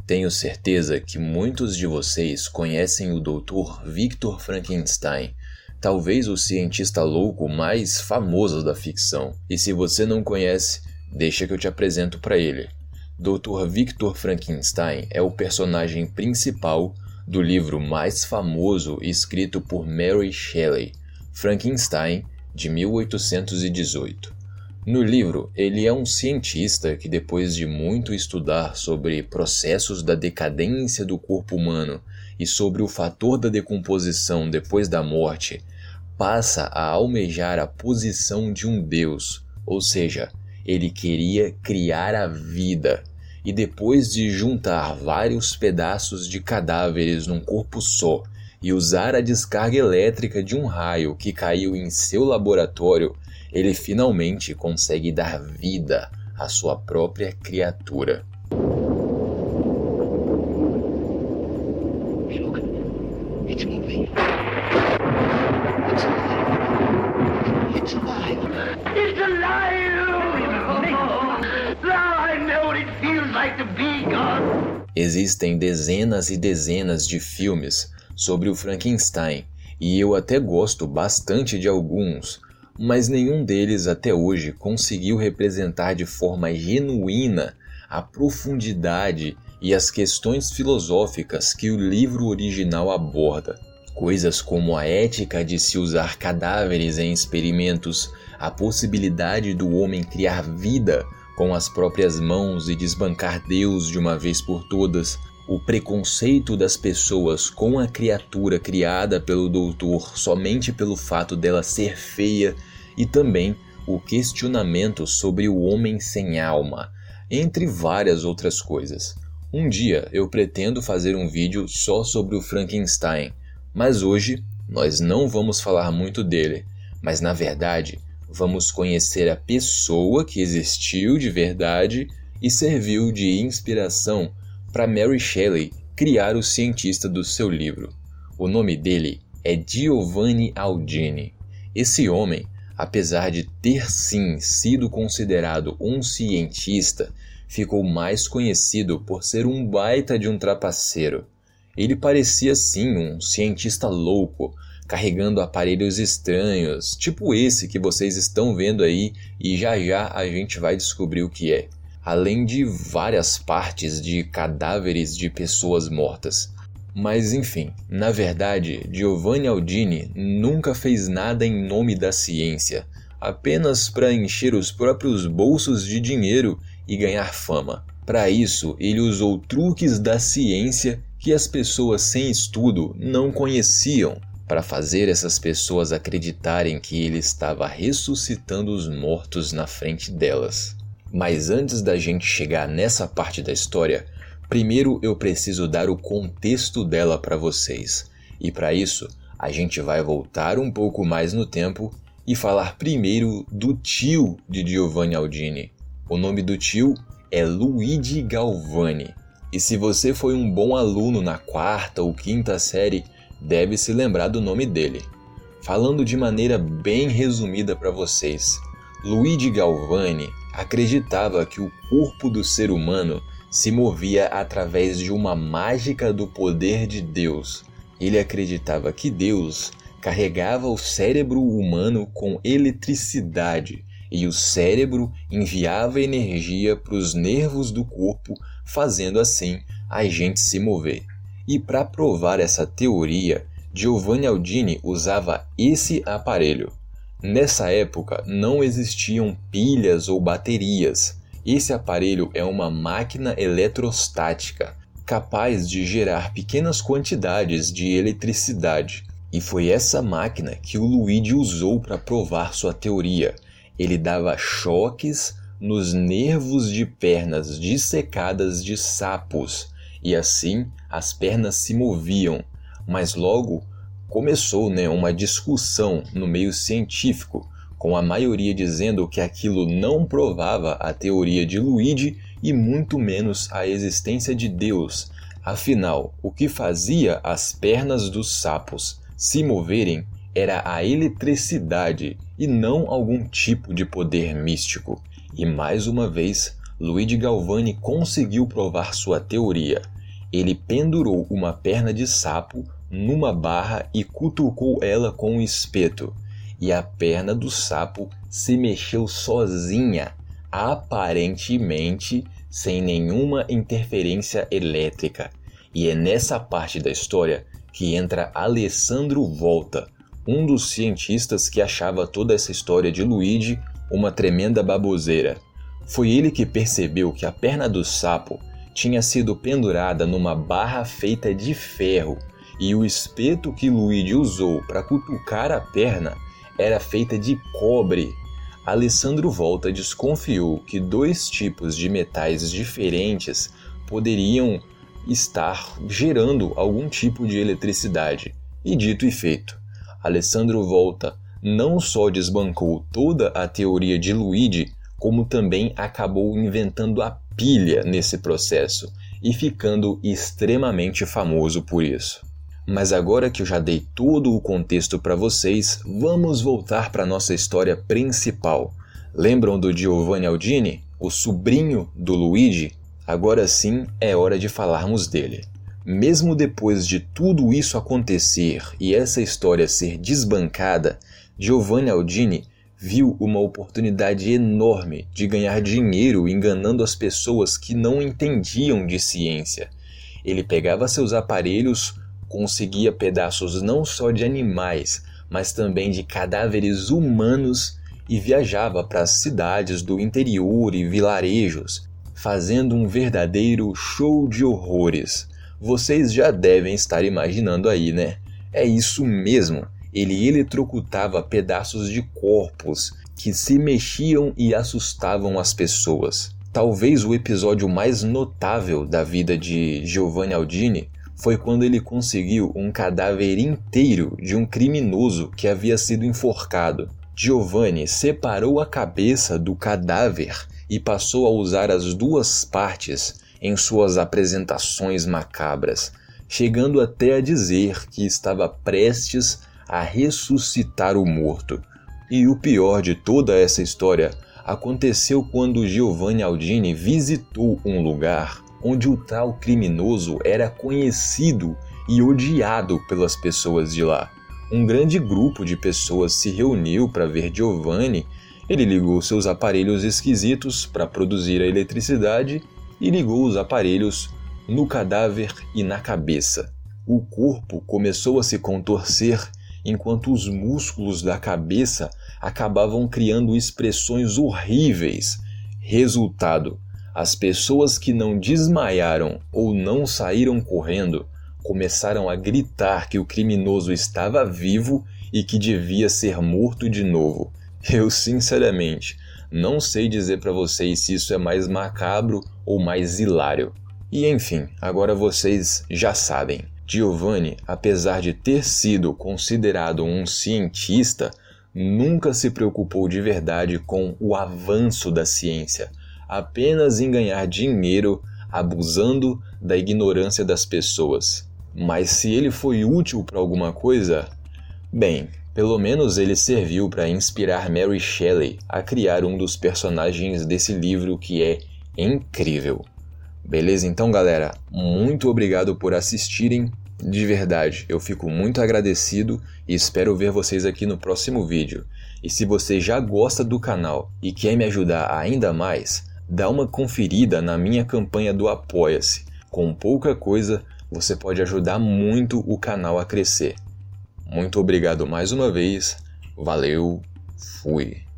Tenho certeza que muitos de vocês conhecem o Dr. Victor Frankenstein, talvez o cientista louco mais famoso da ficção. E se você não conhece, deixa que eu te apresento para ele. Dr. Victor Frankenstein é o personagem principal do livro mais famoso escrito por Mary Shelley, Frankenstein, de 1818. No livro, ele é um cientista que, depois de muito estudar sobre processos da decadência do corpo humano e sobre o fator da decomposição depois da morte, passa a almejar a posição de um deus, ou seja, ele queria criar a vida, e depois de juntar vários pedaços de cadáveres num corpo só e usar a descarga elétrica de um raio que caiu em seu laboratório, ele finalmente consegue dar vida à sua própria criatura. Look, it's moving. It's alive. It's alive. It's alive! Now I know what it feels like to be God. Existem dezenas e dezenas de filmes sobre o Frankenstein, e eu até gosto bastante de alguns, mas nenhum deles até hoje conseguiu representar de forma genuína a profundidade e as questões filosóficas que o livro original aborda. Coisas como a ética de se usar cadáveres em experimentos, a possibilidade do homem criar vida com as próprias mãos e desbancar Deus de uma vez por todas, o preconceito das pessoas com a criatura criada pelo doutor somente pelo fato dela ser feia, e também o questionamento sobre o homem sem alma, entre várias outras coisas. Um dia eu pretendo fazer um vídeo só sobre o Frankenstein, mas hoje nós não vamos falar muito dele, mas na verdade vamos conhecer a pessoa que existiu de verdade e serviu de inspiração para Mary Shelley criar o cientista do seu livro. O nome dele é Giovanni Aldini. Esse homem, apesar de ter sim sido considerado um cientista, ficou mais conhecido por ser um baita de um trapaceiro. Ele parecia sim um cientista louco, carregando aparelhos estranhos, tipo esse que vocês estão vendo aí, e já já a gente vai descobrir o que é. Além de várias partes de cadáveres de pessoas mortas. Mas enfim, na verdade, Giovanni Aldini nunca fez nada em nome da ciência, apenas para encher os próprios bolsos de dinheiro e ganhar fama. Para isso, ele usou truques da ciência que as pessoas sem estudo não conheciam, para fazer essas pessoas acreditarem que ele estava ressuscitando os mortos na frente delas. Mas antes da gente chegar nessa parte da história, primeiro eu preciso dar o contexto dela para vocês. E para isso, a gente vai voltar um pouco mais no tempo e falar primeiro do tio de Giovanni Aldini. O nome do tio é Luigi Galvani. E se você foi um bom aluno na 4ª ou 5ª série, deve se lembrar do nome dele. Falando de maneira bem resumida para vocês, Luigi Galvani acreditava que o corpo do ser humano se movia através de uma mágica do poder de Deus. Ele acreditava que Deus carregava o cérebro humano com eletricidade e o cérebro enviava energia para os nervos do corpo, fazendo assim a gente se mover. E para provar essa teoria, Giovanni Aldini usava esse aparelho. Nessa época não existiam pilhas ou baterias. Esse aparelho é uma máquina eletrostática, capaz de gerar pequenas quantidades de eletricidade. E foi essa máquina que o Luigi usou para provar sua teoria. Ele dava choques nos nervos de pernas dissecadas de sapos, e assim as pernas se moviam. Mas logo começou uma discussão no meio científico, com a maioria dizendo que aquilo não provava a teoria de Luigi e muito menos a existência de Deus. Afinal, o que fazia as pernas dos sapos se moverem era a eletricidade e não algum tipo de poder místico. E mais uma vez, Luigi Galvani conseguiu provar sua teoria. Ele pendurou uma perna de sapo numa barra e cutucou ela com um espeto, e a perna do sapo se mexeu sozinha, aparentemente sem nenhuma interferência elétrica. E é nessa parte da história que entra Alessandro Volta, um dos cientistas que achava toda essa história de Luigi uma tremenda baboseira. Foi ele que percebeu que a perna do sapo tinha sido pendurada numa barra feita de ferro e o espeto que Luigi usou para cutucar a perna era feita de cobre. Alessandro Volta desconfiou que dois tipos de metais diferentes poderiam estar gerando algum tipo de eletricidade. E dito e feito, Alessandro Volta não só desbancou toda a teoria de Luigi, como também acabou inventando a pilha nesse processo e ficando extremamente famoso por isso. Mas agora que eu já dei todo o contexto para vocês, vamos voltar para nossa história principal. Lembram do Giovanni Aldini, o sobrinho do Luigi? Agora sim é hora de falarmos dele. Mesmo depois de tudo isso acontecer e essa história ser desbancada, Giovanni Aldini viu uma oportunidade enorme de ganhar dinheiro enganando as pessoas que não entendiam de ciência. Ele pegava seus aparelhos, conseguia pedaços não só de animais, mas também de cadáveres humanos e viajava para as cidades do interior e vilarejos, fazendo um verdadeiro show de horrores. Vocês já devem estar imaginando aí, né? É isso mesmo, ele eletrocutava pedaços de corpos que se mexiam e assustavam as pessoas. Talvez o episódio mais notável da vida de Giovanni Aldini foi quando ele conseguiu um cadáver inteiro de um criminoso que havia sido enforcado. Giovanni separou a cabeça do cadáver e passou a usar as duas partes em suas apresentações macabras, chegando até a dizer que estava prestes a ressuscitar o morto. E o pior de toda essa história aconteceu quando Giovanni Aldini visitou um lugar onde o tal criminoso era conhecido e odiado pelas pessoas de lá. Um grande grupo de pessoas se reuniu para ver Giovanni. Ele ligou seus aparelhos esquisitos para produzir a eletricidade e ligou os aparelhos no cadáver e na cabeça. O corpo começou a se contorcer enquanto os músculos da cabeça acabavam criando expressões horríveis. Resultado: as pessoas que não desmaiaram ou não saíram correndo começaram a gritar que o criminoso estava vivo e que devia ser morto de novo. Eu, sinceramente, não sei dizer para vocês se isso é mais macabro ou mais hilário. E enfim, agora vocês já sabem. Giovanni, apesar de ter sido considerado um cientista, nunca se preocupou de verdade com o avanço da ciência, apenas em ganhar dinheiro abusando da ignorância das pessoas. Mas se ele foi útil para alguma coisa, bem, pelo menos ele serviu para inspirar Mary Shelley a criar um dos personagens desse livro que é incrível. Beleza? Então, galera, muito obrigado por assistirem. De verdade, eu fico muito agradecido e espero ver vocês aqui no próximo vídeo. E se você já gosta do canal e quer me ajudar ainda mais, dá uma conferida na minha campanha do Apoia-se. Com pouca coisa, você pode ajudar muito o canal a crescer. Muito obrigado mais uma vez. Valeu, fui.